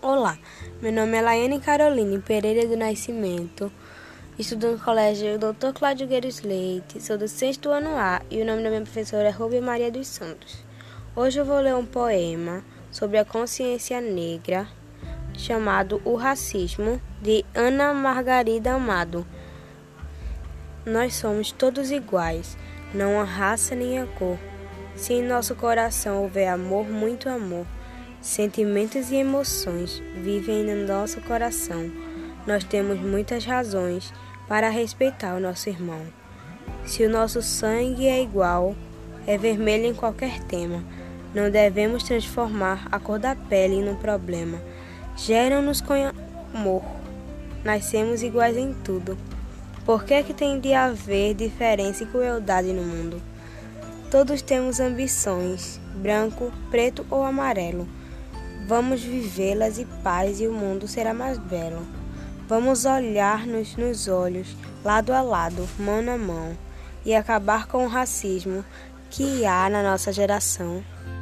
Olá, meu nome é Laiane Caroline Pereira do Nascimento, estudo no colégio Dr. Cláudio Gueiros Leite, sou do 6º ano A e o nome da minha professora é Rubia Maria dos Santos. Hoje eu vou ler um poema sobre a consciência negra chamado O Racismo, de Ana Margarida Amado. Nós somos todos iguais, não há raça nem a cor. Se em nosso coração houver amor, muito amor, sentimentos e emoções vivem no nosso coração. Nós temos muitas razões para respeitar o nosso irmão. Se o nosso sangue é igual, é vermelho em qualquer tema, não devemos transformar a cor da pele num problema. Geram-nos com amor, nascemos iguais em tudo. Por que tem de haver diferença e crueldade no mundo? Todos temos ambições, branco, preto ou amarelo. Vamos vivê-las em paz e o mundo será mais belo. Vamos olhar-nos nos olhos, lado a lado, mão na mão, e acabar com o racismo que há na nossa geração.